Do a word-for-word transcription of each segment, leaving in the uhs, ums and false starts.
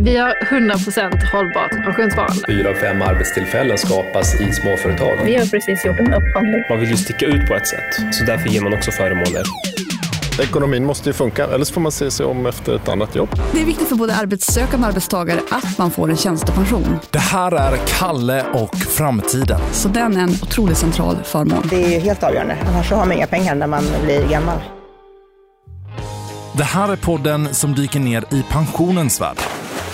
Vi har hundra procent hållbart pensionssparande. Fyra av fem arbetstillfällen skapas i småföretag. Vi har precis gjort en upphandling. Man vill ju sticka ut på ett sätt, så därför ger man också förmåner. Ekonomin måste ju funka, eller så får man se sig om efter ett annat jobb. Det är viktigt för både arbetssökande och arbetstagare att man får en tjänstepension. Det här är Kalle och framtiden. Så den är en otroligt central förmån. Det är ju helt avgörande, annars så har man inga pengar när man blir gammal. Det här är podden som dyker ner i pensionens värld.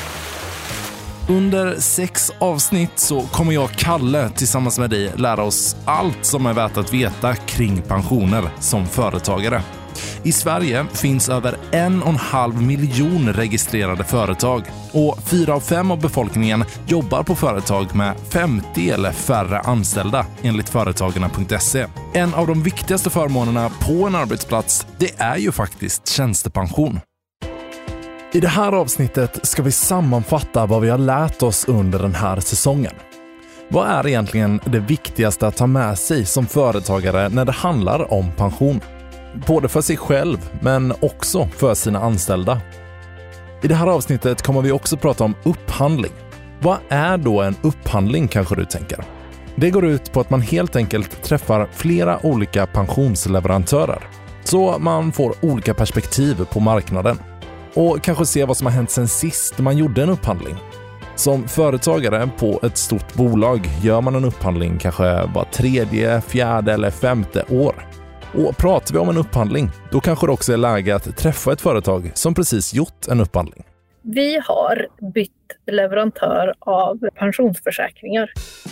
Under sex avsnitt så kommer jag, Kalle, tillsammans med dig lära oss allt som är värt att veta kring pensioner som företagare. I Sverige finns över en och en halv miljon registrerade företag och fyra av fem av befolkningen jobbar på företag med femtio eller färre anställda enligt företagarna punkt se. En av de viktigaste förmånerna på en arbetsplats, det är ju faktiskt tjänstepension. I det här avsnittet ska vi sammanfatta vad vi har lärt oss under den här säsongen. Vad är egentligen det viktigaste att ta med sig som företagare när det handlar om pension? Både för sig själv men också för sina anställda. I det här avsnittet kommer vi också prata om upphandling. Vad är då en upphandling, kanske du tänker? Det går ut på att man helt enkelt träffar flera olika pensionsleverantörer. Så man får olika perspektiv på marknaden. Och kanske se vad som har hänt sen sist man gjorde en upphandling. Som företagare på ett stort bolag gör man en upphandling kanske var tredje, fjärde eller femte år. Och pratar vi om en upphandling, då kanske det också är läge att träffa ett företag som precis gjort en upphandling. Vi har bytt leverantör av pensionsförsäkringar.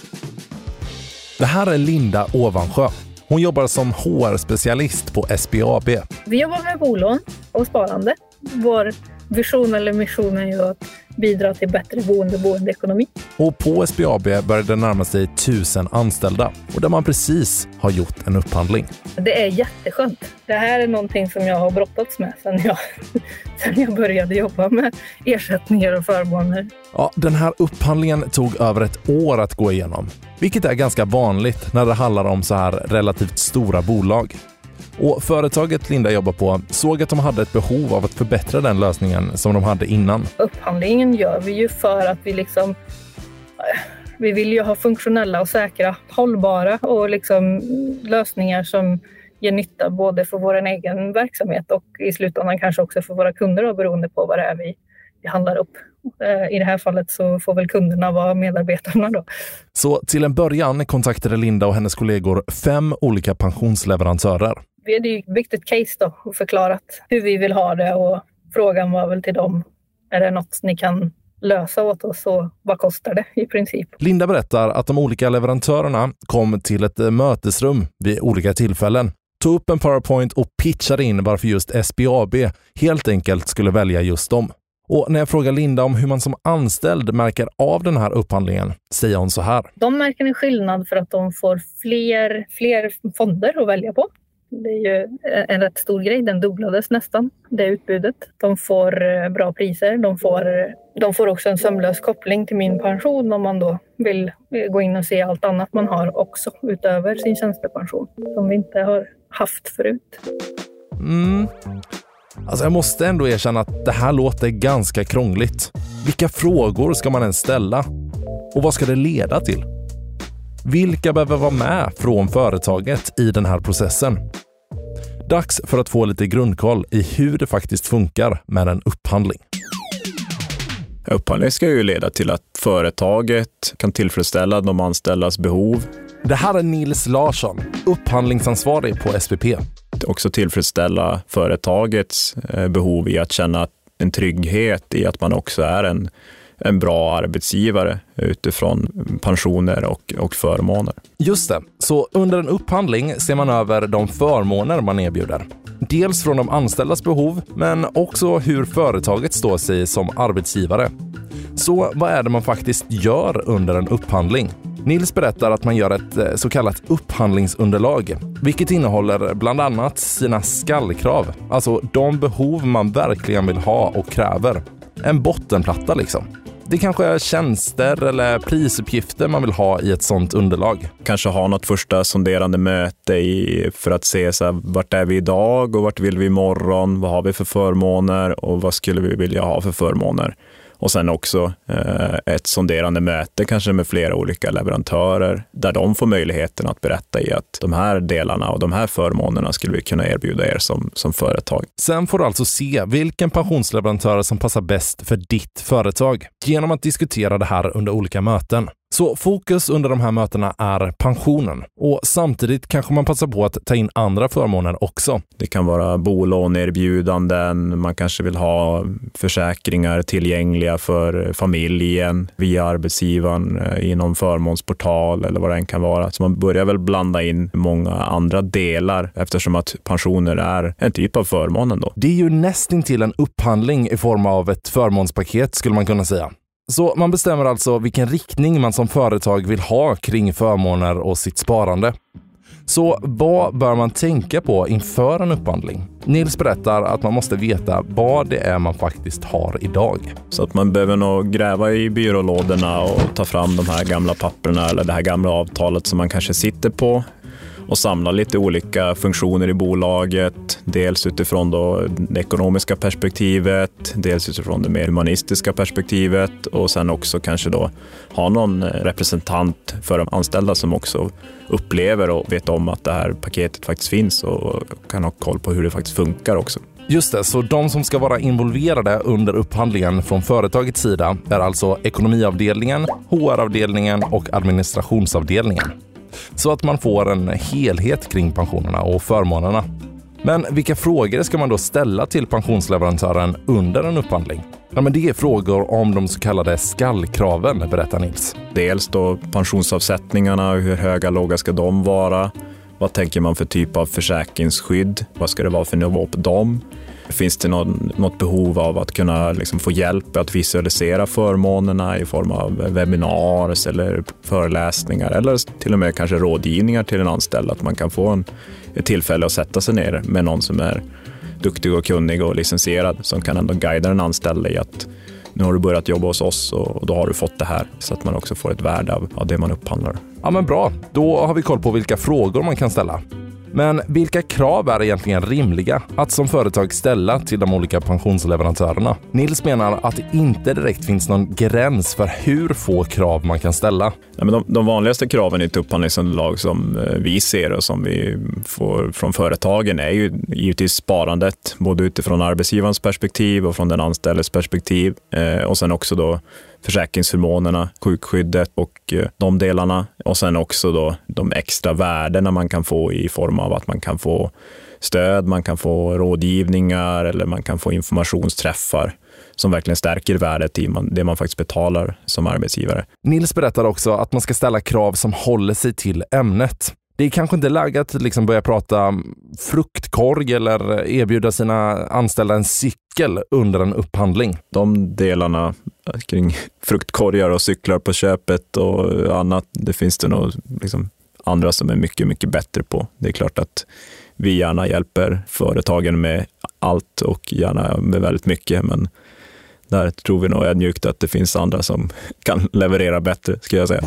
Det här är Linda Ovansjö. Hon jobbar som H R-specialist på S B A B. Vi jobbar med bolån och sparande. Vår vision eller mission är ju att bidra till bättre boende och boendeekonomi. Och på S B A B börjar det närma sig tusen anställda och där man precis har gjort en upphandling. Det är jätteskönt. Det här är någonting som jag har brottats med sedan jag, sedan jag började jobba med ersättningar och förmåner. Ja, den här upphandlingen tog över ett år att gå igenom, vilket är ganska vanligt när det handlar om så här relativt stora bolag. Och företaget Linda jobbar på såg att de hade ett behov av att förbättra den lösningen som de hade innan. Upphandlingen gör vi ju för att vi liksom vi vill ju ha funktionella och säkra, hållbara och liksom lösningar som ger nytta både för vår egen verksamhet och i slutändan kanske också för våra kunder då, beroende på vad det är vi, vi handlar upp. I det här fallet så får väl kunderna vara medarbetarna då. Så till en början kontaktade Linda och hennes kollegor fem olika pensionsleverantörer. Vi hade ju byggt ett case då och förklarat hur vi vill ha det och frågan var väl till dem, är det något ni kan lösa åt oss och vad kostar det i princip? Linda berättar att de olika leverantörerna kom till ett mötesrum vid olika tillfällen, tog upp en PowerPoint och pitchade in varför just S B A B helt enkelt skulle välja just dem. Och när jag frågar Linda om hur man som anställd märker av den här upphandlingen säger hon så här. De märker en skillnad för att de får fler, fler fonder att välja på. Det är ju en rätt stor grej, den dubblades nästan, det utbudet. De får bra priser, de får, de får också en sömlös koppling till min pension om man då vill gå in och se allt annat man har också utöver sin tjänstepension som vi inte har haft förut. Mm. Alltså jag måste ändå erkänna att det här låter ganska krångligt. Vilka frågor ska man ens ställa? Och vad ska det leda till? Vilka behöver vara med från företaget i den här processen? Dags för att få lite grundkoll i hur det faktiskt funkar med en upphandling. Upphandling ska ju leda till att företaget kan tillfredsställa de anställdas behov. Det här är Nils Larsson, upphandlingsansvarig på S P P. Också tillfredsställa företagets behov i att känna en trygghet i att man också är en, en bra arbetsgivare utifrån pensioner och, och förmåner. Just det, så under en upphandling ser man över de förmåner man erbjuder. Dels från de anställdas behov men också hur företaget står sig som arbetsgivare. Så vad är det man faktiskt gör under en upphandling? Nils berättar att man gör ett så kallat upphandlingsunderlag, vilket innehåller bland annat sina skallkrav, alltså de behov man verkligen vill ha och kräver. En bottenplatta liksom. Det kanske är tjänster eller prisuppgifter man vill ha i ett sånt underlag. Kanske ha något första sonderande möte i, för att se så här, vart är vi idag och vart vill vi imorgon, vad har vi för förmåner och vad skulle vi vilja ha för förmåner. Och sen också eh, ett sonderande möte kanske med flera olika leverantörer där de får möjligheten att berätta i att de här delarna och de här förmånerna skulle vi kunna erbjuda er som, som företag. Sen får du alltså se vilken pensionsleverantör som passar bäst för ditt företag genom att diskutera det här under olika möten. Så fokus under de här mötena är pensionen och samtidigt kanske man passar på att ta in andra förmåner också. Det kan vara bolåneerbjudanden, man kanske vill ha försäkringar tillgängliga för familjen via arbetsgivaren i någon förmånsportal eller vad det än kan vara. Så man börjar väl blanda in många andra delar eftersom att pensioner är en typ av förmånen då. Det är ju nästintill en upphandling i form av ett förmånspaket skulle man kunna säga. Så man bestämmer alltså vilken riktning man som företag vill ha kring förmåner och sitt sparande. Så vad bör man tänka på inför en upphandling? Nils berättar att man måste veta vad det är man faktiskt har idag. Så att man behöver nog gräva i byrålådorna och ta fram de här gamla papperna eller det här gamla avtalet som man kanske sitter på. Och samla lite olika funktioner i bolaget, dels utifrån då det ekonomiska perspektivet, dels utifrån det mer humanistiska perspektivet och sen också kanske då ha någon representant för de anställda som också upplever och vet om att det här paketet faktiskt finns och kan ha koll på hur det faktiskt funkar också. Just det, så de som ska vara involverade under upphandlingen från företagets sida är alltså ekonomiavdelningen, H R-avdelningen och administrationsavdelningen. Så att man får en helhet kring pensionerna och förmånerna. Men vilka frågor ska man då ställa till pensionsleverantören under en upphandling? Ja, men det är frågor om de så kallade skallkraven, berättar Nils. Dels då pensionsavsättningarna, hur höga, låga ska de vara? Vad tänker man för typ av försäkringsskydd? Vad ska det vara för nivå på dem? Finns det någon, något behov av att kunna liksom få hjälp att visualisera förmånerna i form av webinars eller föreläsningar eller till och med kanske rådgivningar till en anställd, att man kan få en, ett tillfälle att sätta sig ner med någon som är duktig och kunnig och licensierad som kan ändå guida den anställda i att nu har du börjat jobba hos oss och då har du fått det här, så att man också får ett värde av, av det man upphandlar. Ja, men bra, då har vi koll på vilka frågor man kan ställa. Men vilka krav är egentligen rimliga att som företag ställa till de olika pensionsleverantörerna? Nils menar att det inte direkt finns någon gräns för hur få krav man kan ställa. Ja, men de, de vanligaste kraven i ett upphandlingsunderlag som vi ser och som vi får från företagen är ju givetvis sparandet, både utifrån arbetsgivarens perspektiv och från den anställdes perspektiv. Eh, och sen också då försäkringsförmånerna, sjukskyddet och de delarna. Och sen också då de extra värdena man kan få i form av att man kan få stöd, man kan få rådgivningar eller man kan få informationsträffar som verkligen stärker värdet i det man faktiskt betalar som arbetsgivare. Nils berättar också att man ska ställa krav som håller sig till ämnet. Det är kanske inte läge att liksom börja prata fruktkorg eller erbjuda sina anställda en cykel under en upphandling. De delarna kring fruktkorgar och cyklar på köpet och annat, det finns det nog liksom andra som är mycket, mycket bättre på. Det är klart att vi gärna hjälper företagen med allt och gärna med väldigt mycket, men där tror vi nog ödmjukt att det finns andra som kan leverera bättre, ska jag säga.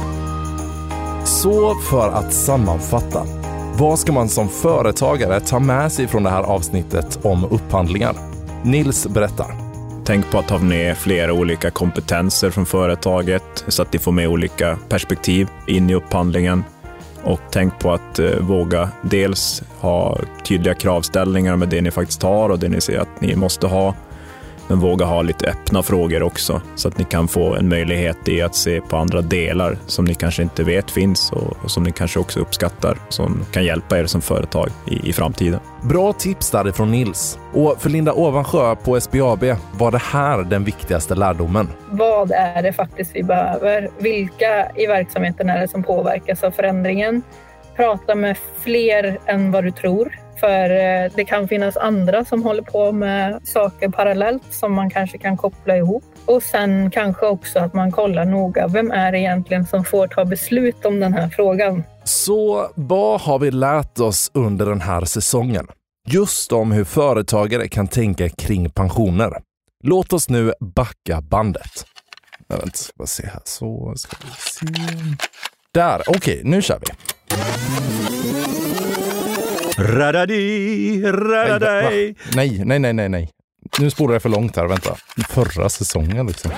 Så för att sammanfatta, vad ska man som företagare ta med sig från det här avsnittet om upphandlingar? Nils berättar. Tänk på att ta med flera olika kompetenser från företaget så att de får med olika perspektiv in i upphandlingen. Och tänk på att eh, våga dels ha tydliga kravställningar med det ni faktiskt har och det ni ser att ni måste ha. Men våga ha lite öppna frågor också så att ni kan få en möjlighet i att se på andra delar som ni kanske inte vet finns och, och som ni kanske också uppskattar, som kan hjälpa er som företag i, i framtiden. Bra tips därifrån Nils. Och för Linda Ovansjö på S B A B var det här den viktigaste lärdomen. Vad är det faktiskt vi behöver? Vilka i verksamheten är det som påverkas av förändringen? Prata med fler än vad du tror. För det kan finnas andra som håller på med saker parallellt som man kanske kan koppla ihop. Och sen kanske också att man kollar noga, vem är det egentligen som får ta beslut om den här frågan? Så vad har vi lärt oss under den här säsongen? Just om hur företagare kan tänka kring pensioner. Låt oss nu backa bandet. Vänta, ska vi se här. Så ska vi se. Där, okej, okay, nu kör vi. Radadi, radadi. Nej, nej, nej, nej, nej. nu spolar jag för långt här, vänta. Förra säsongen liksom.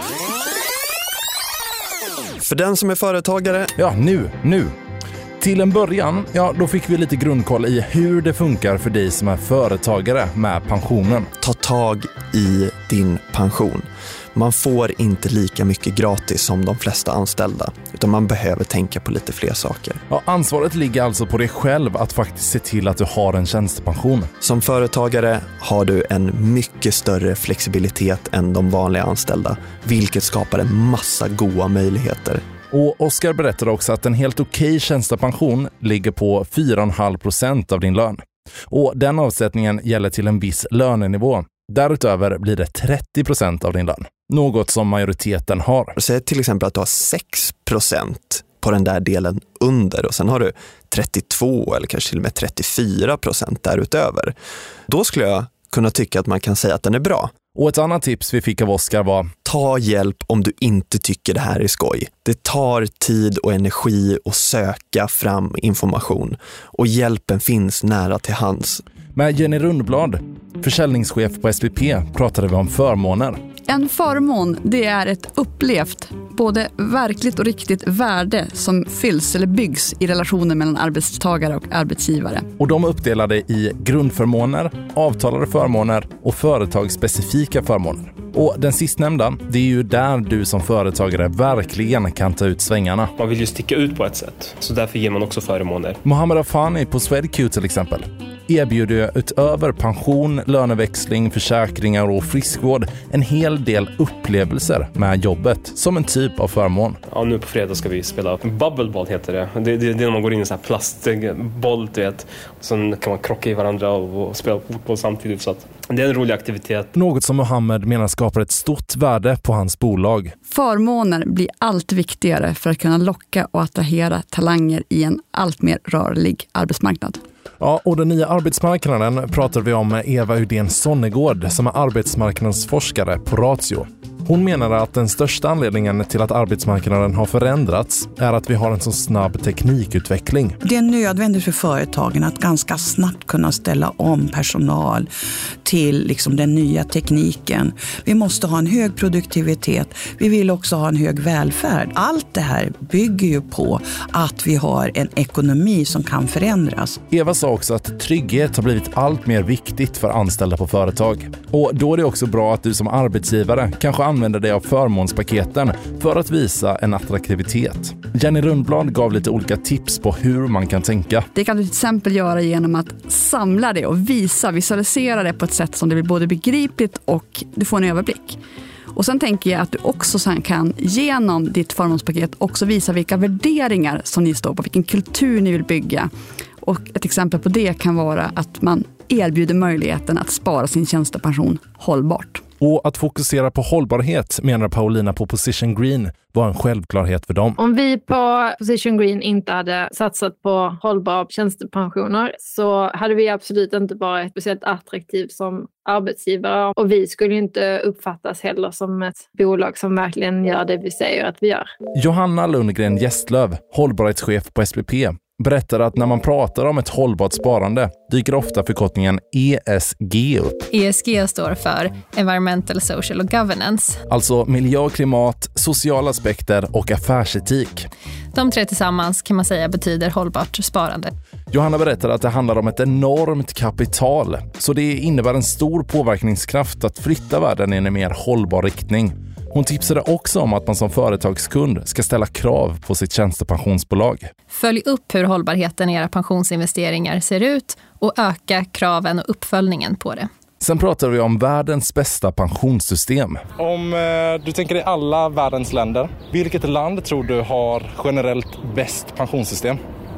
För den som är företagare... Ja, nu, nu. Till en början, ja, då fick vi lite grundkoll i hur det funkar för dig som är företagare med pensionen. Ta tag i din pension. Man får inte lika mycket gratis som de flesta anställda, utan man behöver tänka på lite fler saker. Ja, ansvaret ligger alltså på dig själv att faktiskt se till att du har en tjänstepension. Som företagare har du en mycket större flexibilitet än de vanliga anställda, vilket skapar en massa goda möjligheter. Och Oskar berättade också att en helt okej tjänstepension ligger på fyra komma fem procent av din lön. Och den avsättningen gäller till en viss lönenivå. Därutöver blir det trettio procent av din lön. Något som majoriteten har. Säg till exempel att du har sex procent på den där delen under och sen har du trettiotvå eller kanske till och med trettiofyra procent därutöver. Då skulle jag kunna tycka att man kan säga att den är bra. Och ett annat tips vi fick av Oskar var: ta hjälp om du inte tycker det här är skoj. Det tar tid och energi att söka fram information och hjälpen finns nära till hands. Med Jenny Rundblad, försäljningschef på S V P, pratade vi om förmåner. En förmån, det är ett upplevt, både verkligt och riktigt värde som fylls eller byggs i relationen mellan arbetstagare och arbetsgivare. Och de är uppdelade i grundförmåner, avtalade förmåner och företagsspecifika förmåner. Och den sistnämnda, det är ju där du som företagare verkligen kan ta ut svängarna. Man vill ju sticka ut på ett sätt, så därför ger man också förmåner. Mohammed Afani på Swedq till exempel erbjuder utöver pension, löneväxling, försäkringar och friskvård en hel del upplevelser med jobbet som en typ av förmån. Ja, nu på fredag ska vi spela bubbleboll heter det. Det, det, det är när man går in i en sån här plastboll, du vet. Sen kan man krocka i varandra och, och spela fotboll samtidigt, så att det är en rolig aktivitet. Något som Mohammed menar skapar ett stort värde på hans bolag. Förmåner blir allt viktigare för att kunna locka och attrahera talanger i en allt mer rörlig arbetsmarknad. Ja, och den nya arbetsmarknaden pratar vi om med Eva Udén Sonnegård som är arbetsmarknadsforskare på Ratio. Hon menar att den största anledningen till att arbetsmarknaden har förändrats är att vi har en så snabb teknikutveckling. Det är nödvändigt för företagen att ganska snabbt kunna ställa om personal till liksom den nya tekniken. Vi måste ha en hög produktivitet. Vi vill också ha en hög välfärd. Allt det här bygger ju på att vi har en ekonomi som kan förändras. Eva sa också att trygghet har blivit allt mer viktigt för anställda på företag. Och då är det också bra att du som arbetsgivare kanske använder dig av förmånspaketen för att visa en attraktivitet. Jenny Rundblad gav lite olika tips på hur man kan tänka. Det kan du till exempel göra genom att samla det och visa, visualisera det på ett sätt som det blir både begripligt och du får en överblick. Och sen tänker jag att du också sen kan genom ditt förmånspaket också visa vilka värderingar som ni står på, vilken kultur ni vill bygga. Och ett exempel på det kan vara att man erbjuder möjligheten att spara sin tjänstepension hållbart. Och att fokusera på hållbarhet, menar Paulina på Position Green, var en självklarhet för dem. Om vi på Position Green inte hade satsat på hållbara tjänstepensioner så hade vi absolut inte varit speciellt attraktiv som arbetsgivare. Och vi skulle inte uppfattas heller som ett bolag som verkligen gör det vi säger att vi gör. Johanna Lundgren Gästlöv, hållbarhetschef på S V P, berättar att när man pratar om ett hållbart sparande dyker ofta förkortningen E S G upp. E S G står för Environmental, Social och Governance. Alltså miljö, klimat, sociala aspekter och affärsetik. De tre tillsammans kan man säga betyder hållbart sparande. Johanna berättar att det handlar om ett enormt kapital, så det innebär en stor påverkningskraft att flytta världen i en mer hållbar riktning. Hon tipsade också om att man som företagskund ska ställa krav på sitt tjänstepensionsbolag. Följ upp hur hållbarheten i era pensionsinvesteringar ser ut och öka kraven och uppföljningen på det. Sen pratar vi om världens bästa pensionssystem. Om eh, du tänker i alla världens länder, vilket land tror du har generellt bäst pensionssystem?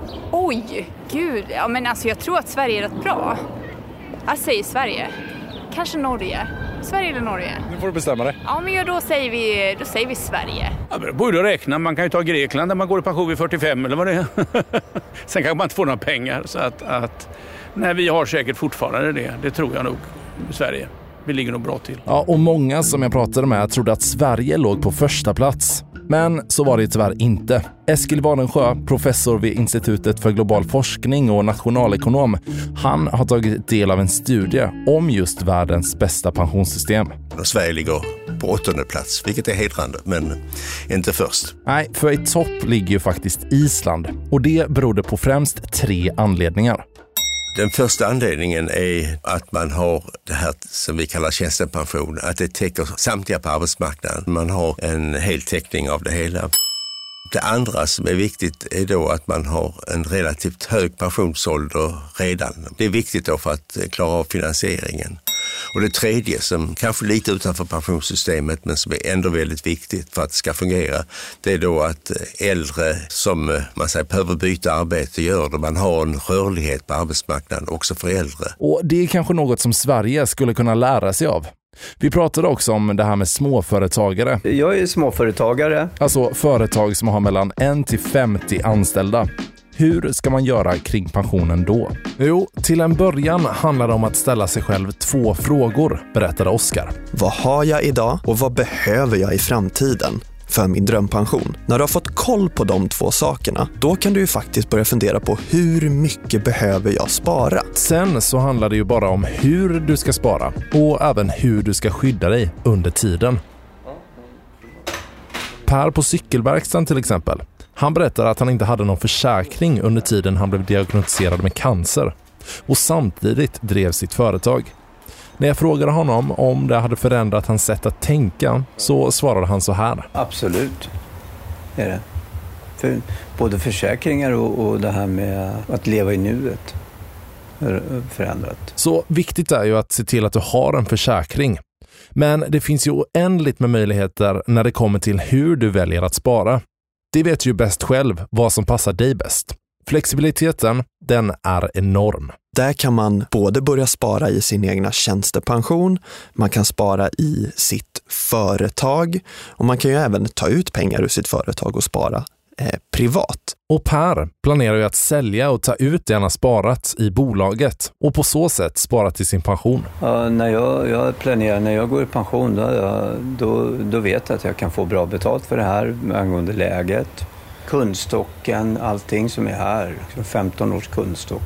Oj, gud. Ja, men alltså jag tror att Sverige är rätt bra. Jag säger Sverige. Kanske Norge. Sverige eller Norge? Nu får du bestämma dig. Ja, men då säger vi, då säger vi Sverige. Ja, men det borde du räkna. Man kan ju ta Grekland där man går i pension vid fyrtiofem eller vad det är. Sen kan man inte få några pengar. Så att, att nej, vi har säkert fortfarande det. Det tror jag nog. Sverige. Vi ligger nog bra till. Ja, och många som jag pratade med trodde att Sverige låg på första plats. Men så var det tyvärr inte. Eskil Wadensjö, professor vid Institutet för global forskning och nationalekonom, han har tagit del av en studie om just världens bästa pensionssystem. Sverige ligger på åttonde plats, vilket är hedrande, men inte först. Nej, för i topp ligger ju faktiskt Island. Och det berodde på främst tre anledningar. Den första anledningen är att man har det här som vi kallar tjänstepension, att det täcker samtliga på arbetsmarknaden. Man har en heltäckning av det hela. Det andra som är viktigt är då att man har en relativt hög pensionsålder redan. Det är viktigt då för att klara av finansieringen. Och det tredje som kanske lite utanför pensionssystemet men som är ändå väldigt viktigt för att det ska fungera, det är då att äldre som man säger behöver byta arbete gör det. Man har en rörlighet på arbetsmarknaden också för äldre. Och det är kanske något som Sverige skulle kunna lära sig av. Vi pratade också om det här med småföretagare. Jag är småföretagare. Alltså företag som har mellan en till femtio anställda. Hur ska man göra kring pensionen då? Jo, till en början handlar det om att ställa sig själv två frågor, berättade Oskar. Vad har jag idag och vad behöver jag i framtiden för min drömpension? När du har fått koll på de två sakerna, då kan du ju faktiskt börja fundera på hur mycket behöver jag spara? Sen så handlar det ju bara om hur du ska spara och även hur du ska skydda dig under tiden. Per på cykelverkstan till exempel. Han berättar att han inte hade någon försäkring under tiden han blev diagnostiserad med cancer och samtidigt drev sitt företag. När jag frågade honom om det hade förändrat hans sätt att tänka så svarade han så här. Absolut är det. För både försäkringar och, och det här med att leva i nuet är förändrat. Så viktigt är ju att se till att du har en försäkring. Men det finns ju oändligt med möjligheter när det kommer till hur du väljer att spara. Det vet ju bäst själv vad som passar dig bäst. Flexibiliteten, den är enorm. Där kan man både börja spara i sin egna tjänstepension, man kan spara i sitt företag och man kan ju även ta ut pengar ur sitt företag och spara eh, privat. Och Per planerar ju att sälja och ta ut det han har sparat i bolaget och på så sätt spara till sin pension. Ja, när jag, jag planerar, när jag går i pension då, då, då vet jag att jag kan få bra betalt för det här angående läget. Kundstocken, allting som är här, femton års kundstock.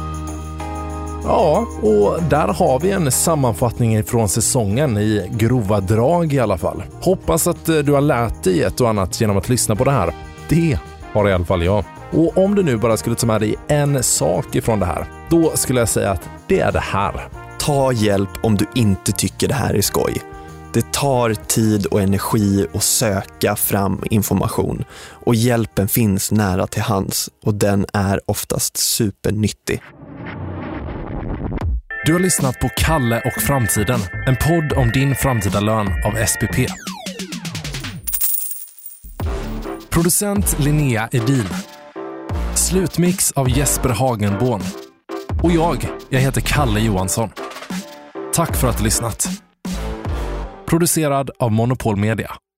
Ja, och där har vi en sammanfattning från säsongen i grova drag i alla fall. Hoppas att du har lärt dig ett och annat genom att lyssna på det här. Det har i alla fall jag. Och om du nu bara skulle ta med dig en sak ifrån det här, då skulle jag säga att det är det här. Ta hjälp om du inte tycker det här är skoj. Det tar tid och energi att söka fram information och hjälpen finns nära till hands och den är oftast supernyttig. Du har lyssnat på Kalle och framtiden, en podd om din framtida lön av S P P. Producent Linnea Edin. Slutmix av Jesper Hagenborn. Och jag, jag heter Kalle Johansson. Tack för att du lyssnat. Producerad av Monopol Media.